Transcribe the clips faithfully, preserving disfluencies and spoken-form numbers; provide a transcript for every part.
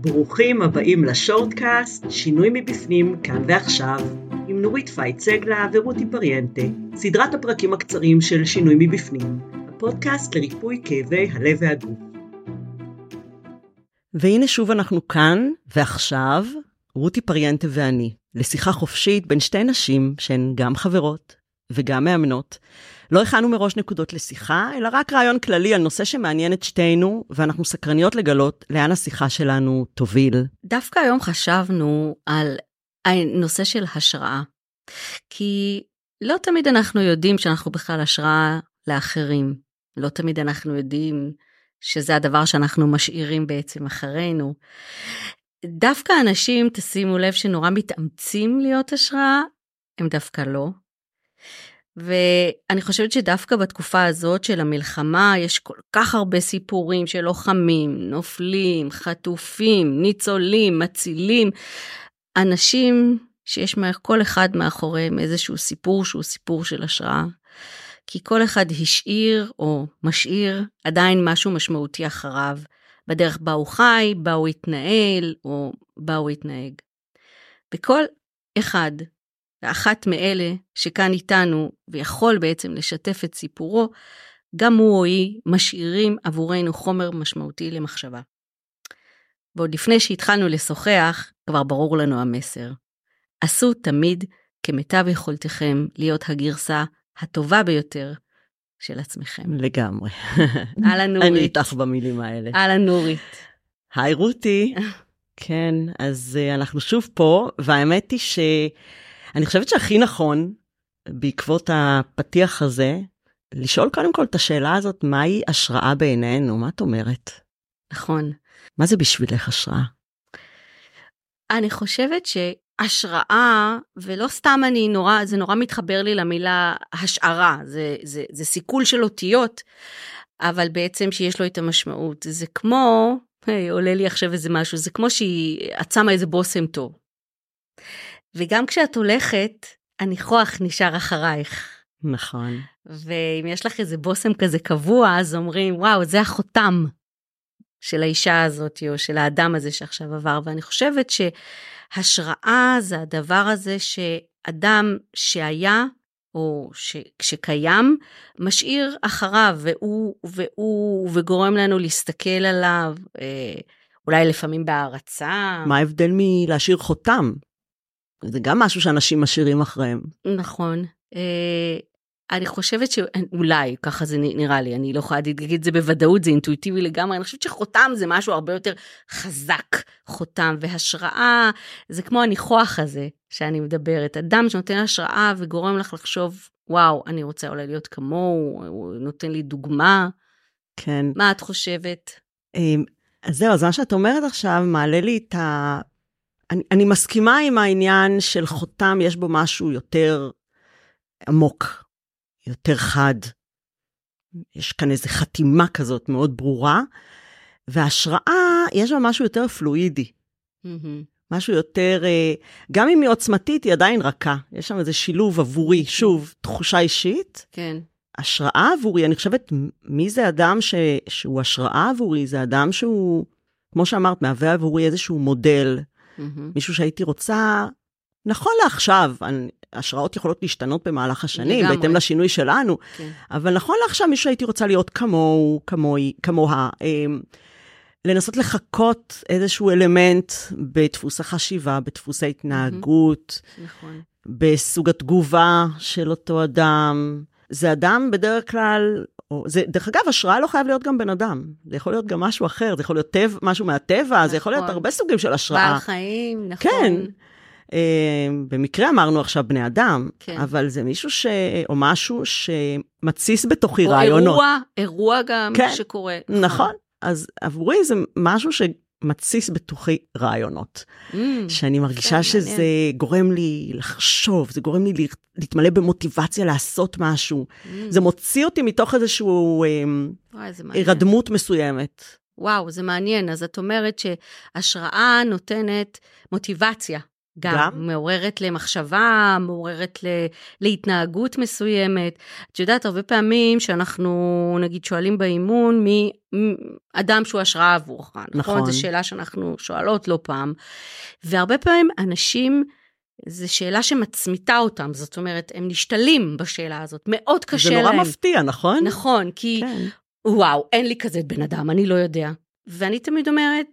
ברוכים הבאים לשורטקאסט, שינוי מבפנים, כאן ועכשיו, עם נורית פייצגלה ורותי פריאנטה, סדרת הפרקים הקצרים של שינוי מבפנים, הפודקאסט לריפוי כאבי הלב והגוף. והנה שוב אנחנו כאן ועכשיו, רותי פריאנטה ואני, לשיחה חופשית בין שתי נשים שהן גם חברות וגם מאמנות. לא הכנו מראש נקודות לשיחה, אלא רק רעיון כללי על נושא שמעניין את שתינו, ואנחנו סקרניות לגלות לאן השיחה שלנו תוביל. דווקא היום חשבנו על הנושא של השראה, כי לא תמיד אנחנו יודעים שאנחנו בכלל השראה לאחרים, לא תמיד אנחנו יודעים שזה הדבר שאנחנו משאירים בעצם אחרינו. דווקא אנשים, תשימו לב, שנורא מתאמצים להיות השראה, הם דווקא לא. ואני חושבת שדווקא בתקופה הזאת של המלחמה, יש כל כך הרבה סיפורים של לוחמים, נופלים, חטופים, ניצולים, מצילים, אנשים שיש כל אחד מאחוריהם איזשהו סיפור שהוא סיפור של השראה, כי כל אחד השאיר או משאיר עדיין משהו משמעותי אחריו, בדרך בה הוא חי, בה הוא התנהל או בה הוא התנהג. וכל אחד ואחת מאלה שכאן איתנו ויכול בעצם לשתף את סיפורו, גם הוא או היא משאירים עבורנו חומר משמעותי למחשבה. ועוד לפני שהתחלנו לשוחח, כבר ברור לנו המסר. עשו תמיד כמיטב יכולתכם להיות הגרסה הטובה ביותר של עצמכם. לגמרי. אהלן נורית. אני איתך במילים האלה. אהלן נורית. היי רותי. כן, אז אנחנו שוב פה, והאמת היא ש... אני חושבת שהכי נכון, בעקבות הפתיח הזה, לשאול קודם כל את השאלה הזאת, מהי השראה בעינינו? מה את אומרת? נכון. מה זה בשבילך השראה? אני חושבת שהשראה, ולא סתם אני נורא, זה נורא מתחבר לי למילה השערה, זה, זה, זה סיכול של אותיות, אבל בעצם שיש לו את המשמעות. זה כמו, היי, עולה לי עכשיו איזה משהו, זה כמו שהיא עצמה איזה בוסם טוב. וגם כשאת הולכת, הניחוח נשאר אחרייך. נכון. ואם יש לך איזה בוסם כזה קבוע, אז אומרים, וואו, זה החותם של האישה הזאת, או של האדם הזה שעכשיו עבר. ואני חושבת שהשראה זה הדבר הזה שאדם שהיה, או ש, שקיים, משאיר אחריו, והוא, והוא, וגורם לנו להסתכל עליו, אולי לפעמים בהערצה. מה ההבדל מלהשאיר חותם? זה גם משהו שאנשים משאירים אחריהם. נכון. אני חושבת שאולי, ככה זה נראה לי, אני לא יכולה להגיד את זה בוודאות, זה אינטואיטיבי לגמרי, אני חושבת שחותם זה משהו הרבה יותר חזק, חותם, והשראה, זה כמו הניחוח הזה שאני מדברת, אדם שנותן השראה וגורם לך לחשוב, וואו, אני רוצה אולי להיות כמוהו, הוא נותן לי דוגמה. כן. מה את חושבת? אז זהו, אז מה שאת אומרת עכשיו, מעלה לי את ה... אני, אני מסכימה עם העניין של חותם, יש בו משהו יותר עמוק, יותר חד. יש כאן איזו חתימה כזאת מאוד ברורה, וההשראה, יש בה משהו יותר פלואידי. Mm-hmm. משהו יותר, גם אם היא עוצמתית, היא עדיין רכה. יש שם איזה שילוב עבורי, שוב, תחושה אישית. כן. השראה עבורי, אני חושבת, מי זה אדם ש, שהוא השראה עבורי? זה אדם שהוא, כמו שאמרת, מהווה עבורי איזשהו מודל, Mm-hmm. מישהו שהייתי רוצה, נכון לעכשיו, השראות יכולות להשתנות במהלך השנים, בהתאם לשינוי שלנו, כן. אבל נכון לעכשיו מישהו שהייתי רוצה להיות כמוהו, כמוהי, כמוה, אה, לנסות לחכות איזשהו אלמנט בדפוס החשיבה, בדפוס ההתנהגות, mm-hmm. נכון. בסוג התגובה של אותו אדם. זה אדם בדרך כלל, או, זה, דרך אגב, השראה לא חייב להיות גם בן אדם. זה יכול להיות גם משהו אחר, זה יכול להיות טבע, משהו מהטבע, נכון. זה יכול להיות הרבה סוגים של השראה. בעל חיים, נכון. כן. אה, במקרה אמרנו עכשיו בני אדם, כן. אבל זה מישהו ש... או משהו שמציס בתוכי או רעיונות. או אירוע, אירוע גם כן. שקורה. נכון. נכון. אז עבורי זה משהו ש... מציס בתוכי רעיונות, mm, שאני מרגישה שזה מעניין. גורם לי לחשוב, זה גורם לי להתמלא במוטיבציה לעשות משהו, mm. זה מוציא אותי מתוך איזשהו רדמות מסוימת. וואו, זה מעניין, אז את אומרת שהשראה נותנת מוטיבציה, גם, גם מעוררת למחשבה, מעוררת ל, להתנהגות מסוימת. את יודעת, הרבה פעמים שאנחנו נגיד שואלים באימון, מי אדם שהוא השראה עבורך, נכון? נכון. זו שאלה שאנחנו שואלות לא פעם, והרבה פעמים אנשים, זו שאלה שמצמיתה אותם, זאת אומרת, הם נשתלים בשאלה הזאת, מאוד קשה להם. זה נורא מפתיע, נכון? נכון, כי כן. וואו, אין לי כזה בן אדם, אני לא יודע. ואני תמיד אומרת,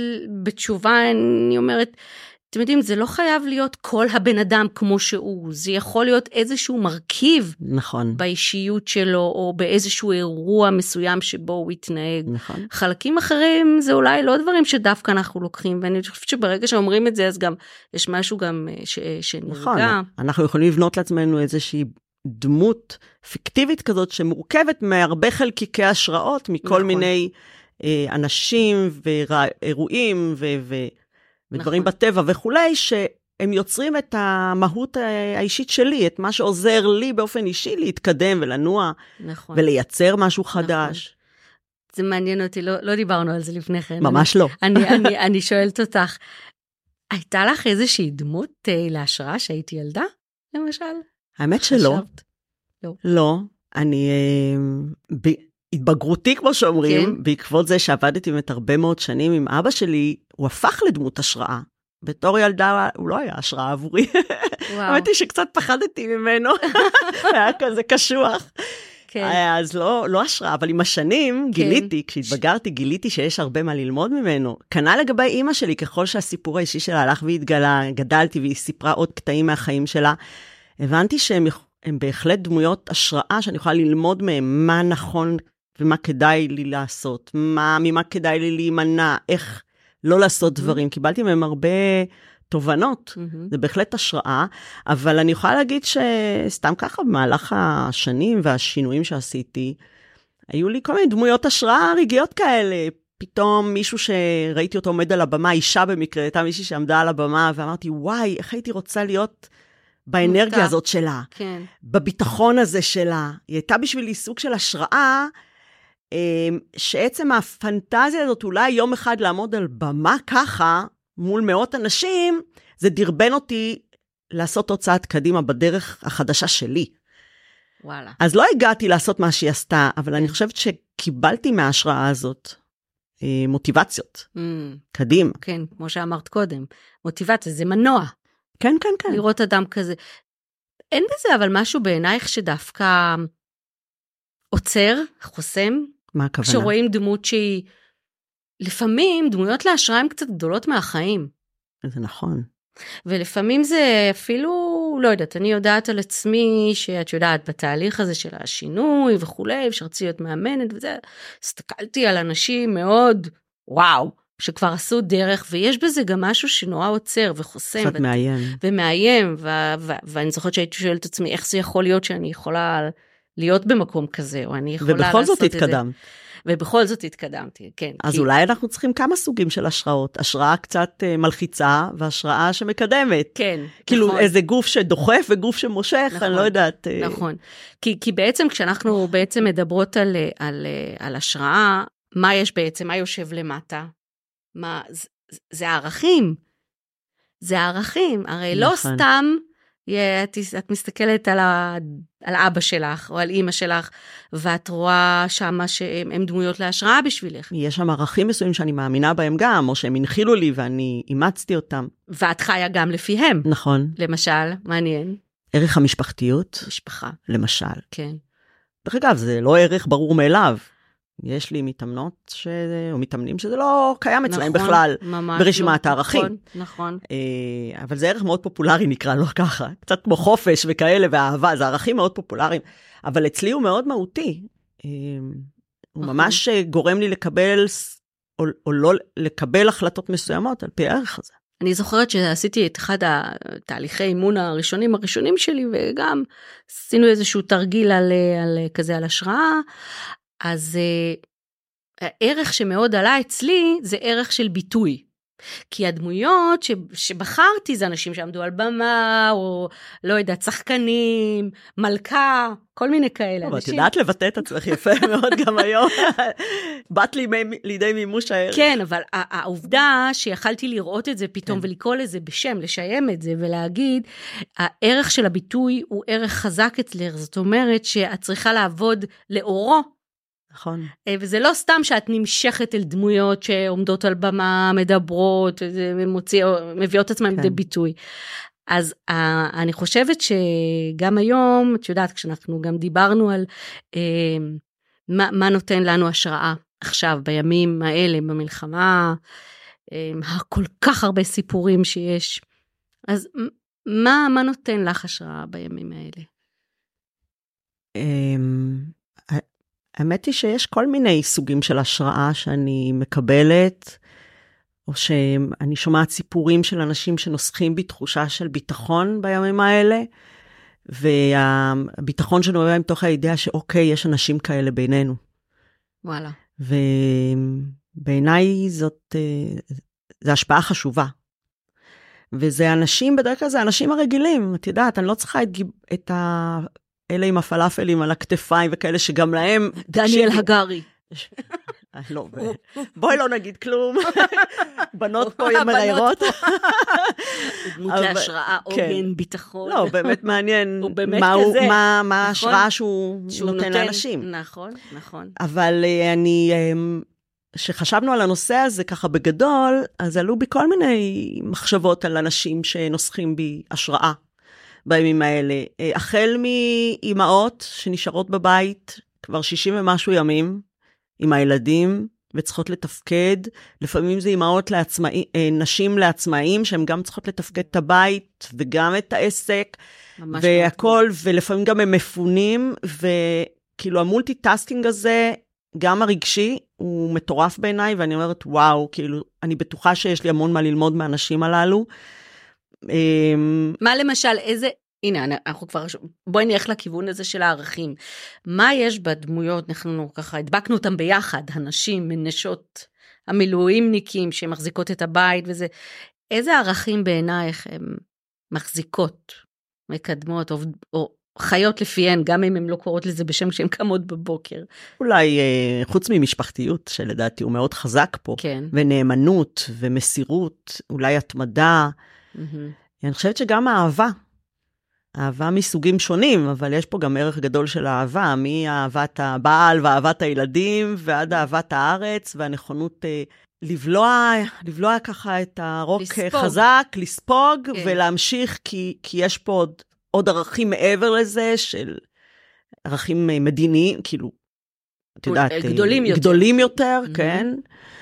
בתשובה אני אומרת, אתם יודעים, זה לא חייב להיות כל הבן אדם כמו שהוא, זה יכול להיות איזשהו מרכיב נכון. באישיות שלו, או באיזשהו אירוע מסוים שבו הוא יתנהג. נכון. חלקים אחרים זה אולי לא דברים שדווקא אנחנו לוקחים, ואני חושבת שברגע שאומרים את זה, אז גם יש משהו גם ש, שנרגע. נכון, אנחנו יכולים לבנות לעצמנו איזושהי דמות פיקטיבית כזאת, שמורכבת מהרבה חלקיקי השראות, מכל נכון. מיני אה, אנשים ואירועים ו... ו ודברים נכון. בטבע וכולי, שהם יוצרים את המהות האישית שלי, את מה שעוזר לי באופן אישי להתקדם ולנוע, נכון. ולייצר משהו חדש. נכון. זה מעניין אותי, לא, לא דיברנו על זה לפני כן. ממש אני, לא. אני, אני, אני שואלת אותך, הייתה לך איזושהי דמות אה, להשראה שהייתי ילדה, למשל? האמת שלא. לא. לא. אני... אה, ב... התבגרותי, כמו שאומרים, כן. בעקבות זה שעבדתי באמת הרבה מאוד שנים עם אבא שלי, הוא הפך לדמות השראה. בתור ילדה הוא לא היה השראה עבורי. האמת היא שקצת פחדתי ממנו, היה כזה קשוח. כן. אז לא, לא השראה, אבל עם השנים כן. גיליתי, כשהתבגרתי, גיליתי שיש הרבה מה ללמוד ממנו. כנ"ל לגבי אמא שלי, ככל שהסיפור האישי שלה הלך והתגלה, גדלתי והיא סיפרה עוד קטעים מהחיים שלה, הבנתי שהם הם בהחלט דמויות השראה, שאני יכולה ללמוד מהם מה נכון ומה כדאי לי לעשות, מה, ממה כדאי לי להימנע, איך לא לעשות mm-hmm. דברים. קיבלתי מהם הרבה תובנות, mm-hmm. זה בהחלט השראה, אבל אני יכולה להגיד שסתם ככה, במהלך השנים והשינויים שעשיתי, היו לי כל מיני דמויות השראה רגעיות כאלה, פתאום מישהו שראיתי אותו עומד על הבמה, אישה במקרה, הייתה מישהי שעמדה על הבמה, ואמרתי, וואי, איך הייתי רוצה להיות באנרגיה מותר. הזאת שלה, כן. בביטחון הזה שלה. היא הייתה בשבילי סוג של השראה, שעצם הפנטזיה הזאת, אולי יום אחד לעמוד על במה ככה, מול מאות אנשים, זה דרבן אותי לעשות עוד צעד קדימה בדרך החדשה שלי. וואלה. אז לא הגעתי לעשות מה שהיא עשתה, אבל אני חושבת שקיבלתי מההשראה הזאת מוטיבציות. Mm. קדימה. כן, כמו שאמרת קודם. מוטיבציה, זה מנוע. כן, כן, כן. לראות אדם כזה. אין בזה אבל משהו בעינייך שדווקא עוצר, חוסם, מה הכוונה? כשרואים דמות שהיא, לפעמים דמויות להשראה הן קצת גדולות מהחיים. זה נכון. ולפעמים זה אפילו, לא יודעת, אני יודעת על עצמי, שאת יודעת, בתהליך הזה של השינוי וכולי, ושרציתי להיות מאמנת וזה, הסתכלתי על אנשים מאוד, וואו, שכבר עשו דרך, ויש בזה גם משהו שנורא עוצר וחוסם. קצת מאיים. ומאיים, ו- ו- ואני זוכרת שהייתי שואלת את עצמי, איך זה יכול להיות שאני יכולה להיות במקום כזה, או אני יכולה ובכל זאת התקדם. ובכל זאת התקדמתי, כן. אז כי... אולי אנחנו צריכים כמה סוגים של השראות, השראה קצת uh, מלחיצה, והשראה שמקדמת. כן, כאילו נכון. איזה גוף שדוחף וגוף שמושך, נכון, אני לא יודעת. נכון, כי, כי בעצם כשאנחנו בעצם מדברות על, על, על השראה, מה יש בעצם, מה יושב למטה? מה, זה, זה הערכים. זה הערכים, הרי נכון. לא סתם... את, את מסתכלת על, ה, על אבא שלך או על אמא שלך, ואת רואה שמה שהם דמויות להשראה בשבילך. יש שם ערכים מסוימים שאני מאמינה בהם גם, או שהם הנחילו לי ואני אימצתי אותם. ואת חיה גם לפיהם. נכון. למשל, מעניין. ערך המשפחתיות. משפחה. למשל. כן. דרך אגב, זה לא ערך ברור מאליו. יש לי מתאמנות ש... או מתאמנים שזה לא קיים אצלהם נכון, בכלל, ברשימת הערכים. נכון, נכון. אבל זה ערך מאוד פופולרי נקרא, לא ככה. קצת כמו חופש וכאלה ואהבה, זה ערכים מאוד פופולריים. אבל אצלי הוא מאוד מהותי. הוא ממש גורם לי לקבל, או, או לא לקבל החלטות מסוימות על פי הערך הזה. אני זוכרת שעשיתי את אחד התהליכי אימון הראשונים הראשונים שלי, וגם עשינו איזשהו תרגיל על, על, כזה על השראה, אז הערך שמאוד עלה אצלי, זה ערך של ביטוי. כי הדמויות ש, שבחרתי זה אנשים שעמדו על במה, או לא יודעת, שחקנים, מלכה, כל מיני כאלה. אבל אנשים... את יודעת לבטא את עצמך יפה מאוד גם היום. באת לי לידי מימוש הערך. כן, אבל העובדה שיכלתי לראות את זה פתאום, כן. ולקרוא לזה בשם, לשיים את זה, ולהגיד, הערך של הביטוי הוא ערך חזק אצלך, זאת אומרת שאת צריכה לעבוד לאורו, נכון. וזה לא סתם שאת נמשכת אל דמויות שעומדות על במה, מדברות, מביאות עצמן לידי ביטוי. אז אני חושבת שגם היום, את יודעת, כשאנחנו גם דיברנו על מה, מה נותן לנו השראה עכשיו, בימים האלה, במלחמה, כל כך הרבה סיפורים שיש. אז מה, מה נותן לך השראה בימים האלה? האמת היא שיש כל מיני סוגים של השראה שאני מקבלת, או שאני שומעת סיפורים של אנשים שנוסחים בתחושה של ביטחון בימים האלה, והביטחון שנובע מתוך הידיעה שאוקיי, יש אנשים כאלה בינינו. וואלה. ובעיניי זאת, זו השפעה חשובה. וזה אנשים, בדרך כלל זה אנשים הרגילים, את יודעת, אני לא צריכה את, את ה... אלה עם הפלאפלים על הכתפיים וכאלה שגם להם... דניאל הגרי. לא, בואי לא נגיד כלום. בנות פה הן מראיירות. דמות להשראה, עוגן, ביטחון. לא, באמת מעניין מה ההשראה שהוא נותן לאנשים. נכון, נכון. אבל אני... שחשבנו על הנושא הזה ככה בגדול, אז עלו בי כל מיני מחשבות על אנשים שנוסחים בי השראה. בימים האלה, החל מאימהות שנשארות בבית כבר שישים ומשהו ימים עם הילדים וצריכות לתפקד, לפעמים זה אימהות לעצמאי, נשים לעצמאים שהן גם צריכות לתפקד את הבית וגם את העסק והכל, ולפעמים גם הם מפונים, וכאילו המולטי-טסקינג הזה, גם הרגשי, הוא מטורף בעיניי, ואני אומרת וואו, כאילו אני בטוחה שיש לי המון מה ללמוד מהאנשים הללו, מה למשל, איזה, הנה, אנחנו כבר, בואי נלך לכיוון הזה של הערכים. מה יש בדמויות, אנחנו ככה, הדבקנו אותם ביחד, הנשים, מנשות המילואימניקים שמחזיקות את הבית וזה, איזה ערכים בעינייך הן מחזיקות, מקדמות, או, או חיות לפיהן, גם אם הן לא קוראות לזה בשם כשהן קמות בבוקר? אולי חוץ ממשפחתיות, שלדעתי הוא מאוד חזק פה, כן. ונאמנות ומסירות, אולי התמדה, אני חושבת שגם האהבה, אהבה מסוגים שונים, אבל יש פה גם ערך גדול של האהבה, מאהבת הבעל ואהבת הילדים, ועד אהבת הארץ, והנכונות אה, לבלוע, לבלוע ככה את הרוק לספוג. חזק, לספוג, כן. ולהמשיך, כי, כי יש פה עוד, עוד ערכים מעבר לזה, של ערכים מדיניים, כאילו, את יודעת, גדולים יותר. גדולים יותר, mm-hmm. כן.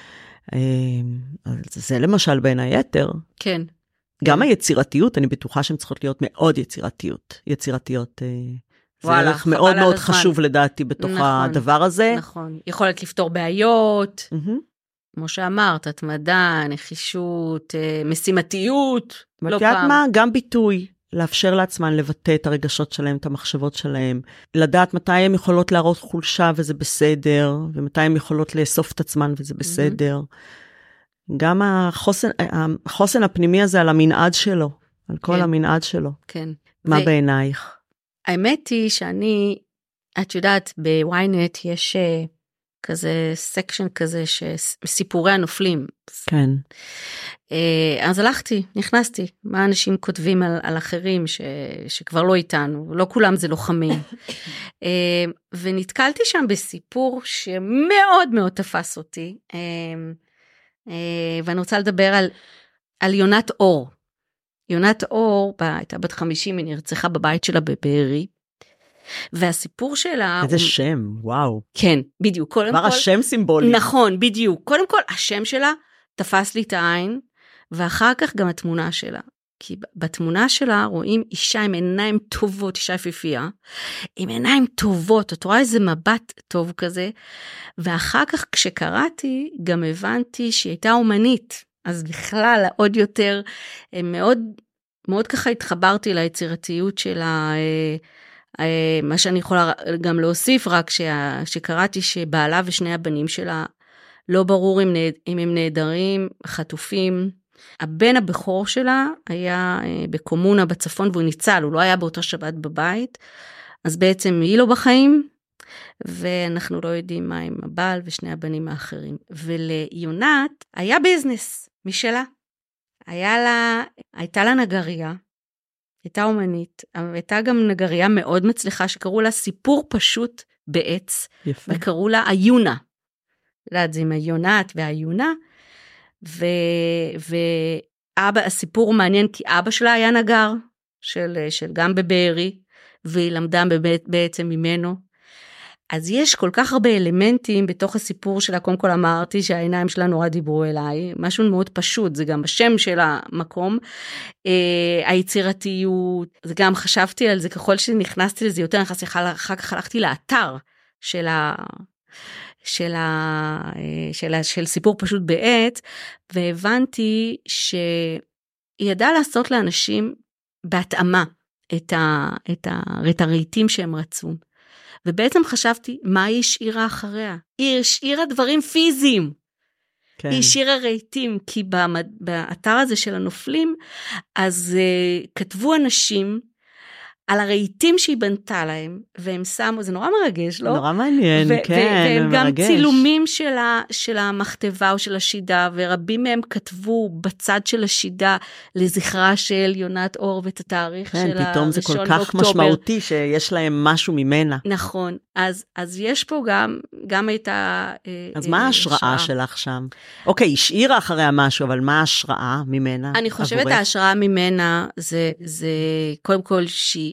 זה למשל בין היתר. כן. גם היצירתיות, אני בטוחה שהן צריכות להיות מאוד יצירתיות. יצירתיות, זה ערך מאוד מאוד חשוב לדעתי בתוך הדבר הזה. נכון, יכולת לפתור בעיות, כמו שאמרת, התמדה, נחישות, משימתיות, לא פעם. מה? גם ביטוי, לאפשר לעצמן לבטא את הרגשות שלהם, את המחשבות שלהם, לדעת מתי הן יכולות להראות חולשה וזה בסדר, ומתי הן יכולות לאסוף את עצמן וזה בסדר. גם החוסן, החוסן הפנימי הזה על המנעד שלו, על כל כן. המנעד שלו. כן. מה ו... בעינייך? האמת היא שאני, את יודעת, בוויינט יש uh, כזה סקשן כזה, שסיפורי הנופלים. כן. Uh, אז הלכתי, נכנסתי, מה אנשים כותבים על, על אחרים ש, שכבר לא איתנו, לא כולם זה לוחמים. uh, ונתקלתי שם בסיפור שמאוד מאוד תפס אותי, uh, ואני רוצה לדבר על, על יונת אור. יונת אור, הייתה בת חמישים, היא נרצחה בבית שלה בבארי, והסיפור שלה... איזה הוא... שם, וואו. כן, בדיוק. כבר כל... השם סימבולי. נכון, בדיוק. קודם כל, השם שלה תפס לי את העין, ואחר כך גם התמונה שלה. כי בתמונה שלה רואים אישה עם עיניים טובות, אישה יפיפייה, עם עיניים טובות, את רואה איזה מבט טוב כזה, ואחר כך כשקראתי, גם הבנתי שהיא הייתה אומנית, אז בכלל עוד יותר, מאוד, מאוד ככה התחברתי ליצירתיות שלה, מה שאני יכולה גם להוסיף, רק שקראתי שבעלה ושני הבנים שלה לא ברור אם, אם הם נהדרים, חטופים. הבן הבכור שלה היה בקומונה בצפון, והוא ניצל, הוא לא היה באותה שבת בבית, אז בעצם היא לא בחיים, ואנחנו לא יודעים מה עם הבעל ושני הבנים האחרים. וליונת היה ביזנס משלה. היה לה, הייתה לה נגריה, הייתה אומנית, אבל הייתה גם נגריה מאוד מצליחה, שקראו לה סיפור פשוט בעץ, יפה. וקראו לה איונה. יודעת, זה עם היונת והאיונה, ו... ואבא, הסיפור מעניין, כי אבא שלה היה נגר, של, של גם בבארי, והיא למדה בעצם ממנו. אז יש כל כך הרבה אלמנטים בתוך הסיפור שלה, קודם כל אמרתי שהעיניים שלה נורא דיברו אליי, משהו מאוד פשוט, זה גם השם של המקום, אה, היצירתיות, זה גם חשבתי על זה, ככל שנכנסתי לזה יותר, נכנסתי, אחר כך הלכתי לאתר של ה... של, ה, של, ה, של סיפור פשוט בעץ, והבנתי שהיא ידעה לעשות לאנשים בהתאמה את, ה, את, ה, את הרהיטים שהם רצו. ובעצם חשבתי, מה היא השאירה אחריה? היא השאירה דברים פיזיים. כן. היא השאירה רהיטים, כי במד, באתר הזה של הנופלים, אז uh, כתבו אנשים, על הרהיטים שהיא בנתה להם, והם שמו, זה נורא מרגש, לא? נורא מעניין, ו- כן, והם מרגש. גם צילומים של, ה- של המכתבה או של השידה, ורבים מהם כתבו בצד של השידה, לזכרה של יונת אור, ואת התאריך כן, של הראשון פתאום זה כל כך באוקטובר. משמעותי, שיש להם משהו ממנה. נכון, אז, אז יש פה גם, גם הייתה... אז מה ההשראה שלך שם? אוקיי, השאירה אחריה משהו, אבל מה ההשראה ממנה? אני חושבת ההשראה ממנה, זה, זה קודם כל שהיא,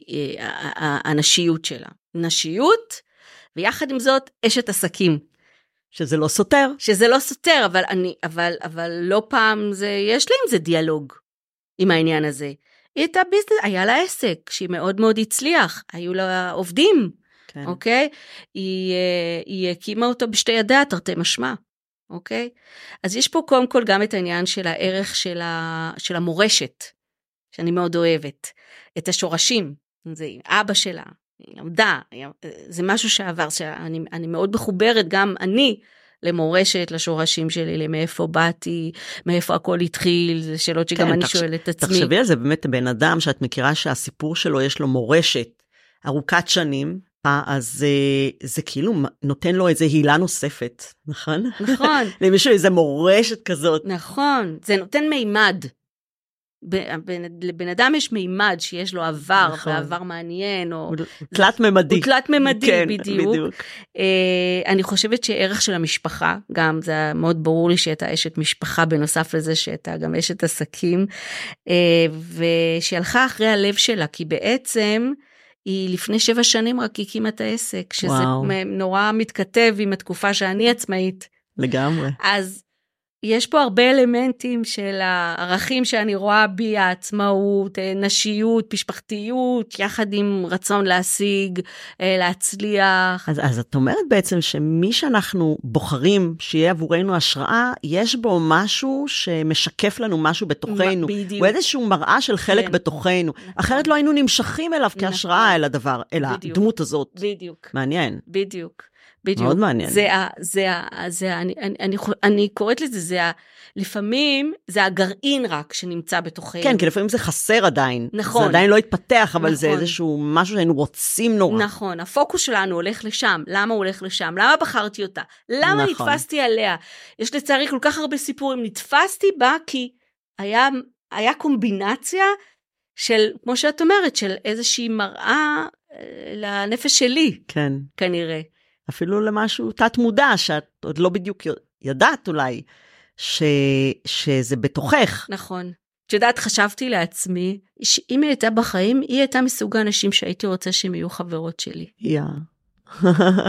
הנשיות שלה. נשיות, ויחד עם זאת, אשת עסקים. שזה לא סותר. שזה לא סותר, אבל, אני, אבל, אבל לא פעם זה, יש לה עם זה דיאלוג, עם העניין הזה. היא הייתה ביזנס, היה לה עסק, שהיא מאוד מאוד הצליח, היו לה עובדים, כן. אוקיי? היא, היא הקימה אותו בשתי ידיה, תרתי משמע, אוקיי? אז יש פה קודם כל גם את העניין של הערך של, ה, של המורשת, שאני מאוד אוהבת, את השורשים, זה אבא שלה, היא למדה, זה משהו שעבר, שאני אני מאוד מחוברת, גם אני, למורשת, לשורשים שלי, למאיפה באתי, מאיפה הכל התחיל, זה שאלות שגם כן, אני תחש... שואלת את עצמי. תחשבי על זה באמת בן אדם, שאת מכירה שהסיפור שלו יש לו מורשת, ארוכת שנים, אז זה, זה כאילו נותן לו איזה הילה נוספת, נכון? נכון. למישהו איזה מורשת כזאת. נכון, זה נותן מימד. לבן אדם יש מימד שיש לו עבר, נכון. ועבר מעניין, או... הוא תלת ממדי. הוא תלת ממדי, כן, בדיוק. בדיוק. Uh, אני חושבת שערך של המשפחה, גם זה מאוד ברור לי שהייתה אשת משפחה, בנוסף לזה שהייתה גם אשת עסקים, uh, ושהיא הלכה אחרי הלב שלה, כי בעצם היא לפני שבע שנים רק הקימה את העסק, שזה וואו. נורא מתכתב עם התקופה שאני עצמאית. לגמרי. אז... יש פה הרבה אלמנטים של הערכים שאני רואה בי, העצמאות, נשיות, משפחתיות, יחד עם רצון להשיג, להצליח. אז, אז את אומרת בעצם שמי שאנחנו בוחרים שיהיה עבורנו השראה, יש בו משהו שמשקף לנו משהו בתוכנו. בדיוק. הוא איזשהו מראה של חלק כן. בתוכנו. נכון. אחרת לא היינו נמשכים אליו כהשראה נכון. אל הדבר, אל בדיוק. הדמות הזאת. בדיוק. מעניין. בדיוק. בדיוק. מאוד מעניין. זה ה, זה ה, זה ה, אני, אני, אני, אני קוראת לזה, זה ה, לפעמים זה הגרעין רק שנמצא בתוכנו. כן, כי לפעמים זה חסר עדיין. נכון. זה עדיין לא התפתח, אבל נכון. זה איזשהו משהו שהיינו רוצים נורא. נכון, הפוקוס שלנו הולך לשם. למה הוא הולך לשם? למה בחרתי אותה? למה נכון. נתפסתי עליה? יש לצערי כל כך הרבה סיפורים. נתפסתי בה כי היה, היה קומבינציה של, כמו שאת אומרת, של איזושהי מראה לנפש שלי. כן. כנראה. אפילו למשהו תת מודע, שאת עוד לא בדיוק ידעת אולי, ש... שזה בתוכך. נכון. את יודעת, חשבתי לעצמי, שאם היא הייתה בחיים, היא הייתה מסוג האנשים שהייתי רוצה שהם יהיו חברות שלי. יא. Yeah.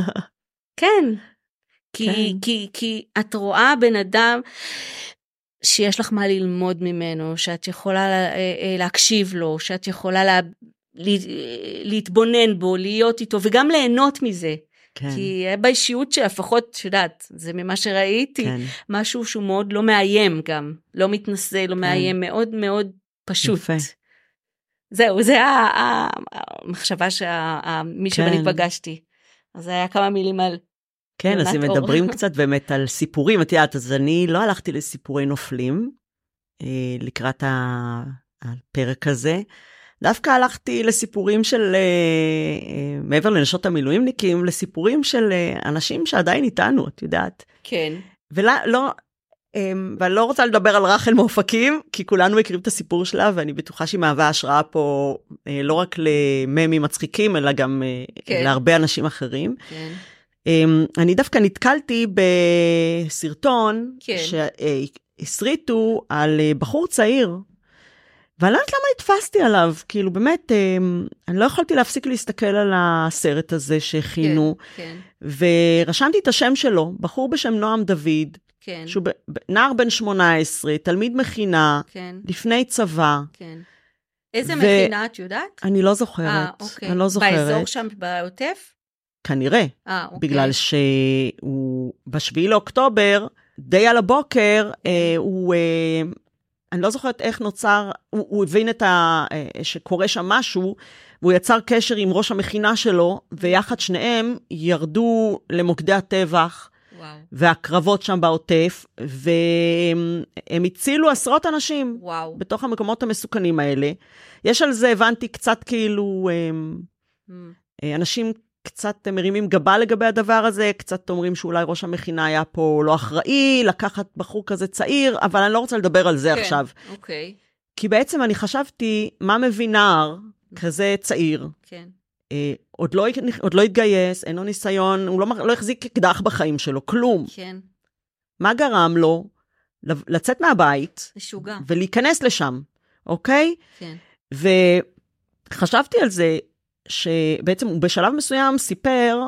כן. כי, כן. כי, כי את רואה בן אדם שיש לך מה ללמוד ממנו, שאת יכולה להקשיב לו, שאת יכולה לה... להתבונן בו, להיות איתו, וגם ליהנות מזה. כן. כי באישיות שלפחות, שדעת, זה ממה שראיתי, כן. משהו שהוא מאוד לא מאיים גם, לא מתנסה, לא כן. מאיים, מאוד מאוד פשוט. יפה. זהו, זה המחשבה שמי כן. שבני פגשתי. אז זה היה כמה מילים על כן, אז הם מדברים קצת באמת על סיפורים, את יודעת, אז אני לא הלכתי לסיפורי נופלים, לקראת הפרק הזה, דווקא הלכתי לסיפורים של, מעבר לנשות המילואימניקים, לסיפורים של אנשים שעדיין איתנו, את יודעת. כן. ולא, לא, ואני לא רוצה לדבר על רחל מאופקים, כי כולנו מכירים את הסיפור שלה, ואני בטוחה שהיא מהווה השראה פה, לא רק לממים מצחיקים, אלא גם כן. להרבה אנשים אחרים. כן. אני דווקא נתקלתי בסרטון, כן. שהסריטו על בחור צעיר, ואני לא יודעת למה נתפסתי עליו, כאילו באמת, אני לא יכולתי להפסיק להסתכל על הסרט הזה שהכינו, כן, כן. ורשמתי את השם שלו, בחור בשם נועם דוד, כן. שהוא נער בן שמונה עשרה, תלמיד מכינה, כן. לפני צבא. כן. איזה ו... מכינה את יודעת? אני לא זוכרת, 아, אוקיי. אני לא זוכרת. באזור שם בעוטף? כנראה, 아, אוקיי. בגלל שהוא בשביעי לאוקטובר, די על הבוקר, אה, הוא... אה, אני לא זוכרת איך נוצר, הוא, הוא הבין את ה... שקורה שם משהו, והוא יצר קשר עם ראש המכינה שלו, ויחד שניהם ירדו למוקדי הטבח, וואו. והקרבות שם בעוטף, והם הצילו עשרות אנשים, וואו. בתוך המקומות המסוכנים האלה. יש על זה, הבנתי קצת כאילו, mm. אנשים קצת מרימים גבה לגבי הדבר הזה, קצת אומרים שאולי ראש המכינה היה פה לא אחראי, לקחת בחור כזה צעיר, אבל אני לא רוצה לדבר על זה כן, עכשיו. אוקיי. כי בעצם אני חשבתי, מה מביא נער כזה צעיר? כן. אה, עוד, לא, עוד לא התגייס, אין לו ניסיון, הוא לא, לא החזיק אקדח בחיים שלו, כלום. כן. מה גרם לו לצאת מהבית? משוגע. ולהיכנס לשם, אוקיי? כן. וחשבתי על זה, שבעצם הוא בשלב מסוים סיפר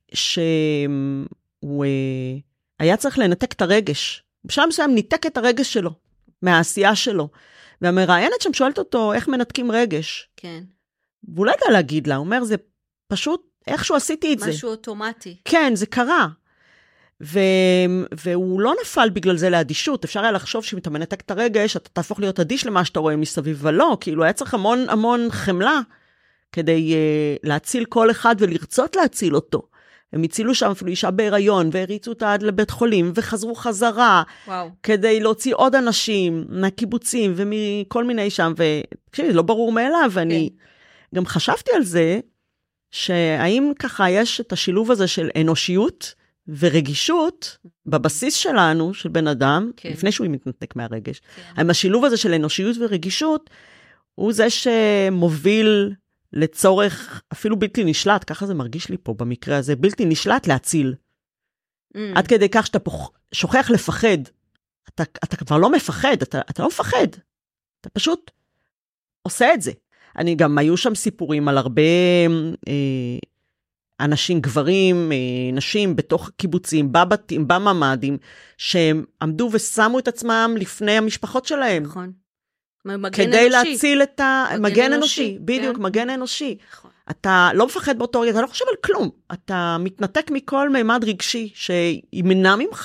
שהוא היה צריך לנתק את הרגש. בשלב מסוים ניתק את הרגש שלו, מהעשייה שלו. והמראיינת שם שואלת אותו איך מנתקים רגש. כן. והוא לא יודע להגיד לה, הוא אומר, זה פשוט איכשהו עשיתי את זה. משהו אוטומטי. כן, זה קרה. ו... והוא לא נפל בגלל זה לאדישות. אפשר היה לחשוב שאם אתה מנתק את הרגש, אתה תהפוך להיות אדיש למה שאתה רואה מסביב, ולא, כאילו היה צריך המון המון חמלה, כדי uh, להציל כל אחד ולרצות להציל אותו. הם הצילו שם אפילו אישה בהיריון, והריצו אותה עד לבית חולים, וחזרו חזרה, וואו. כדי להוציא עוד אנשים מהקיבוצים, ומכל מיני שם, ותקשיבי, לא ברור מאליו, ואני כן. גם חשבתי על זה, שהאם ככה יש את השילוב הזה של אנושיות, ורגישות, בבסיס שלנו, של בן אדם, כן. לפני שהוא מתנתק מהרגש, כן. השילוב הזה של אנושיות ורגישות, הוא זה שמוביל לצורך אפילו בלתי נשלט, ככה זה מרגיש לי פה במקרה הזה, בלתי נשלט להציל. Mm. עד כדי כך שאתה פוח, שוכח לפחד. אתה, אתה כבר לא מפחד, אתה, אתה לא מפחד. אתה פשוט עושה את זה. אני גם, היו שם סיפורים על הרבה אה, אנשים, גברים, אה, נשים, בתוך קיבוצים, בבתים, בממדים, שהם עמדו ושמו את עצמם לפני המשפחות שלהם. נכון. כדי להציל את המגן אנושי, בדיוק, מגן אנושי. אתה לא מפחד באותו רגע, אתה לא חושב על כלום. אתה מתנתק מכל מימד רגשי שימנע ממך,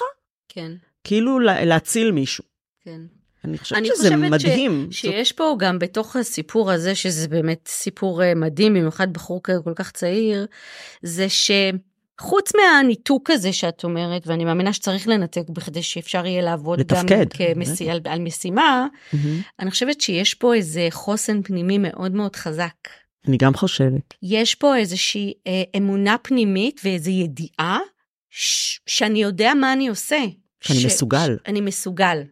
כאילו להציל מישהו. אני חושבת שזה מדהים. שיש פה גם בתוך הסיפור הזה, שזה באמת סיפור מדהים, במיוחד בחור כל כך צעיר, זה ש... חוץ מהניתוק הזה שאת אומרת, ואני מאמינה שצריך לנתק בכדי שאפשר יהיה לעבוד לתפקד. גם כמסי, על, על משימה, mm-hmm. אני חושבת שיש פה איזה חוסן פנימי מאוד מאוד חזק. אני גם חושבת. יש פה איזושהי אה, אמונה פנימית ואיזו ידיעה ש- שאני יודע מה אני עושה. שאני ש- מסוגל. ש- אני מסוגל.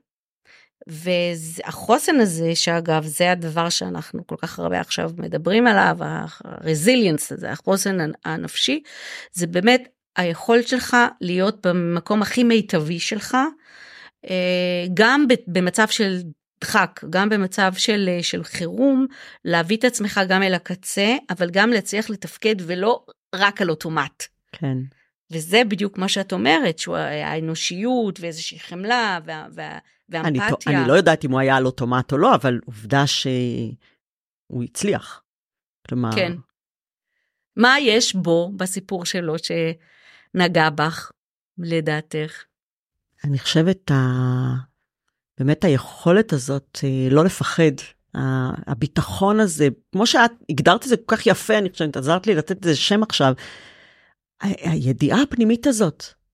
והחוסן הזה, שאגב, זה הדבר שאנחנו כל כך הרבה עכשיו מדברים עליו, הרזיליאנס הזה, החוסן הנפשי, זה באמת היכולת שלך להיות במקום הכי מיטבי שלך, גם במצב של דחק, גם במצב של, של חירום, להביא את עצמך גם אל הקצה, אבל גם להצליח לתפקד ולא רק על אוטומט. כן. וזה בדיוק מה שאת אומרת, שהוא האנושיות ואיזושהי חמלה וה, וה, והאמפתיה. אני, אני לא יודעת אם הוא היה על אוטומט או לא, אבל עובדה שהוא הצליח. כלומר... כן. מה יש בו בסיפור שלו שנגע בך, לדעתך? אני חושבת, ה... באמת היכולת הזאת לא לפחד, הביטחון הזה, כמו שאת הגדרת את זה כל כך יפה, אני חושבת, עזרת לי לתת איזה שם עכשיו, הידיעה הפנימית הזאת,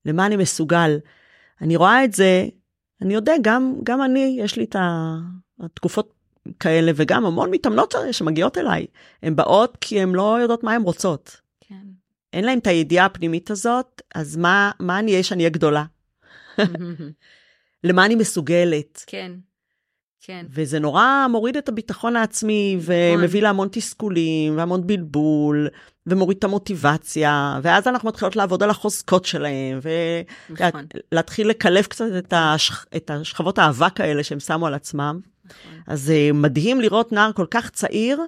למה אני מסוגל. אני רואה את זה, אני יודע, גם, גם אני, יש לי את התקופות כאלה, וגם המון מתאמנות שמגיעות אליי. הן באות כי הן לא יודעות מה הן רוצות. כן. אין להן את הידיעה הפנימית הזאת, אז מה, מה אני אהיה שאני אהיה גדולה? למה אני מסוגלת? כן, כן. וזה נורא מוריד את הביטחון העצמי, ומביא להמון תסכולים, והמון בלבול, ומוריד את המוטיבציה, ואז אנחנו מתחילות לעבוד על החוזקות שלהם, ולהתחיל לקלף קצת את, השכ... את השכבות האבק האלה שהם שמו על עצמם. נכון. אז מדהים לראות נער כל כך צעיר,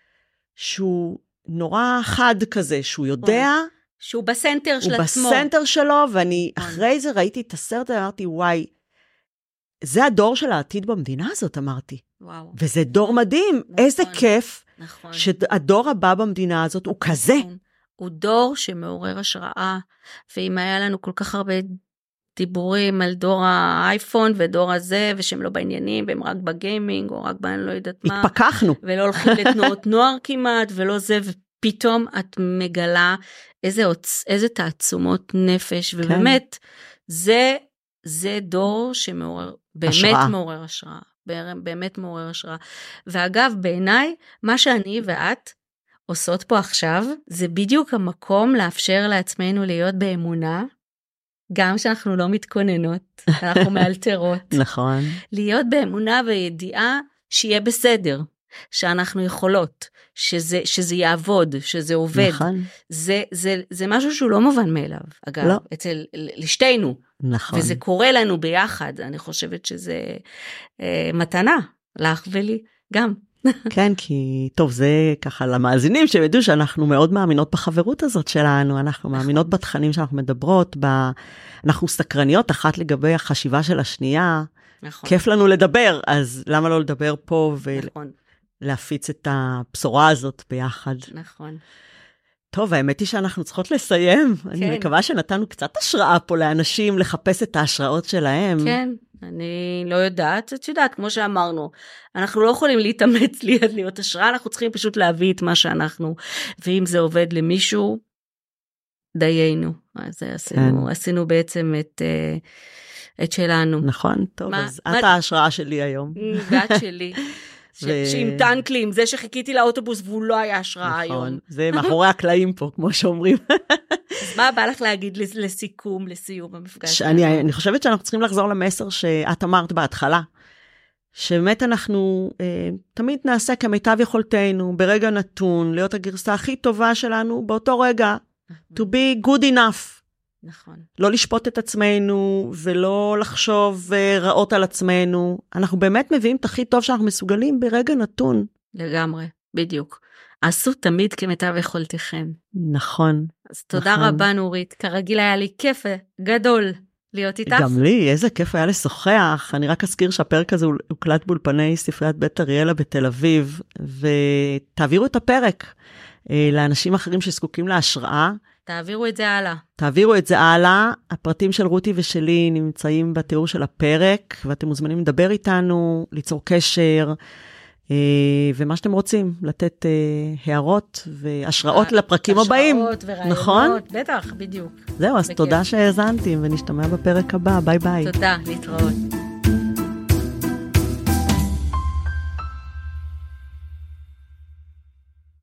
שהוא נורא חד כזה, שהוא יודע... שהוא בסנטר של הוא עצמו. הוא בסנטר שלו, ואני אחרי זה ראיתי את הסרט, ואמרתי, וואי, זה הדור של העתיד במדינה הזאת, אמרתי. וואו. וזה דור מדהים, נכון, איזה כיף, נכון. שהדור הבא במדינה הזאת הוא כזה. נכון. הוא דור שמעורר השראה, ואם היה לנו כל כך הרבה דיבורים על דור האייפון ודור הזה, ושהם לא בעניינים, והם רק בגיימינג, או רק באני לא יודעת מה. התפקחנו. ולא הולכים לתנועות נוער כמעט, ולא זה, ופתאום את מגלה איזה, איזה תעצומות נפש, ובאמת, כן. זה, זה דור שמעורר, באמת השראה. מעורר השראה. באמת מעורר השראה. ואגב, בעיניי, מה שאני ואת עושות פה עכשיו, זה בדיוק המקום לאפשר לעצמנו להיות באמונה, גם שאנחנו לא מתכוננות, אנחנו מאלתרות. נכון. להיות באמונה וידיעה שיהיה בסדר, שאנחנו יכולות, שזה, שזה יעבוד, שזה עובד. נכון. זה, זה, זה משהו שהוא לא מובן מאליו, אגב, לא. אצל, לשתינו. נכון. וזה קורה לנו ביחד, אני חושבת שזה אה, מתנה, לך ולי, גם. כן, כי טוב, זה ככה למאזינים שהם ידעו שאנחנו מאוד מאמינות בחברות הזאת שלנו, אנחנו מאמינות בתכנים שאנחנו מדברות, ב... אנחנו סקרניות אחת לגבי החשיבה של השנייה, נכון. כיף לנו לדבר, אז למה לא לדבר פה ולהפיץ את הבשורה הזאת ביחד? נכון. טוב, האמת היא שאנחנו צריכות לסיים, כן. אני מקווה שנתנו קצת השראה פה לאנשים לחפש את ההשראות שלהם. כן. אני לא יודעת, את יודעת, כמו שאמרנו, אנחנו לא יכולים להתאמץ ליד להיות השראה, אנחנו צריכים פשוט להביא את מה שאנחנו, ואם זה עובד למישהו, דיינו. אז עשינו, כן. עשינו בעצם את, את שלנו. נכון, טוב, מה, אז מה... את ההשראה שלי היום. ואת שלי. ש... ו... שהמתנת לי עם זה שחיכיתי לאוטובוס, והוא לא היה השראה נכון, היום. נכון, זה מאחורי הקלעים פה, כמו שאומרים. אז מה בא לך להגיד לסיכום, לסיום המפגש? שאני, אני חושבת שאנחנו צריכים לחזור למסר שאת אמרת בהתחלה, שבאמת אנחנו אה, תמיד נעשה כמיטב יכולתנו, ברגע נתון, להיות הגרסה הכי טובה שלנו, באותו רגע, to be good enough. נכון. לא לשפוט את עצמנו, ולא לחשוב רעות על עצמנו. אנחנו באמת מביאים את הכי טוב שאנחנו מסוגלים ברגע נתון. לגמרי, בדיוק. עשו תמיד כמיטב יכולתכם. נכון. אז תודה נכון. רבה נורית, כרגיל היה לי כיף גדול להיות איתך. גם לי, איזה כיף היה לשוחח. אני רק אזכיר שהפרק הזה הוקלט באולפני ספריית בית אריאלה בתל אביב, ותעבירו את הפרק לאנשים אחרים שזקוקים להשראה. תעבירו את זה הלאה. תעבירו את זה הלאה. הפרטים של רותי ושלי נמצאים בתיאור של הפרק, ואתם מוזמנים לדבר איתנו, ליצור קשר, ומה שאתם רוצים, לתת הערות והשראות לפרקים הבאים. השראות ורעיונות, בטח, בדיוק. זהו, אז תודה שהאזנתם, ונשתמע בפרק הבא. ביי ביי. תודה, להתראות.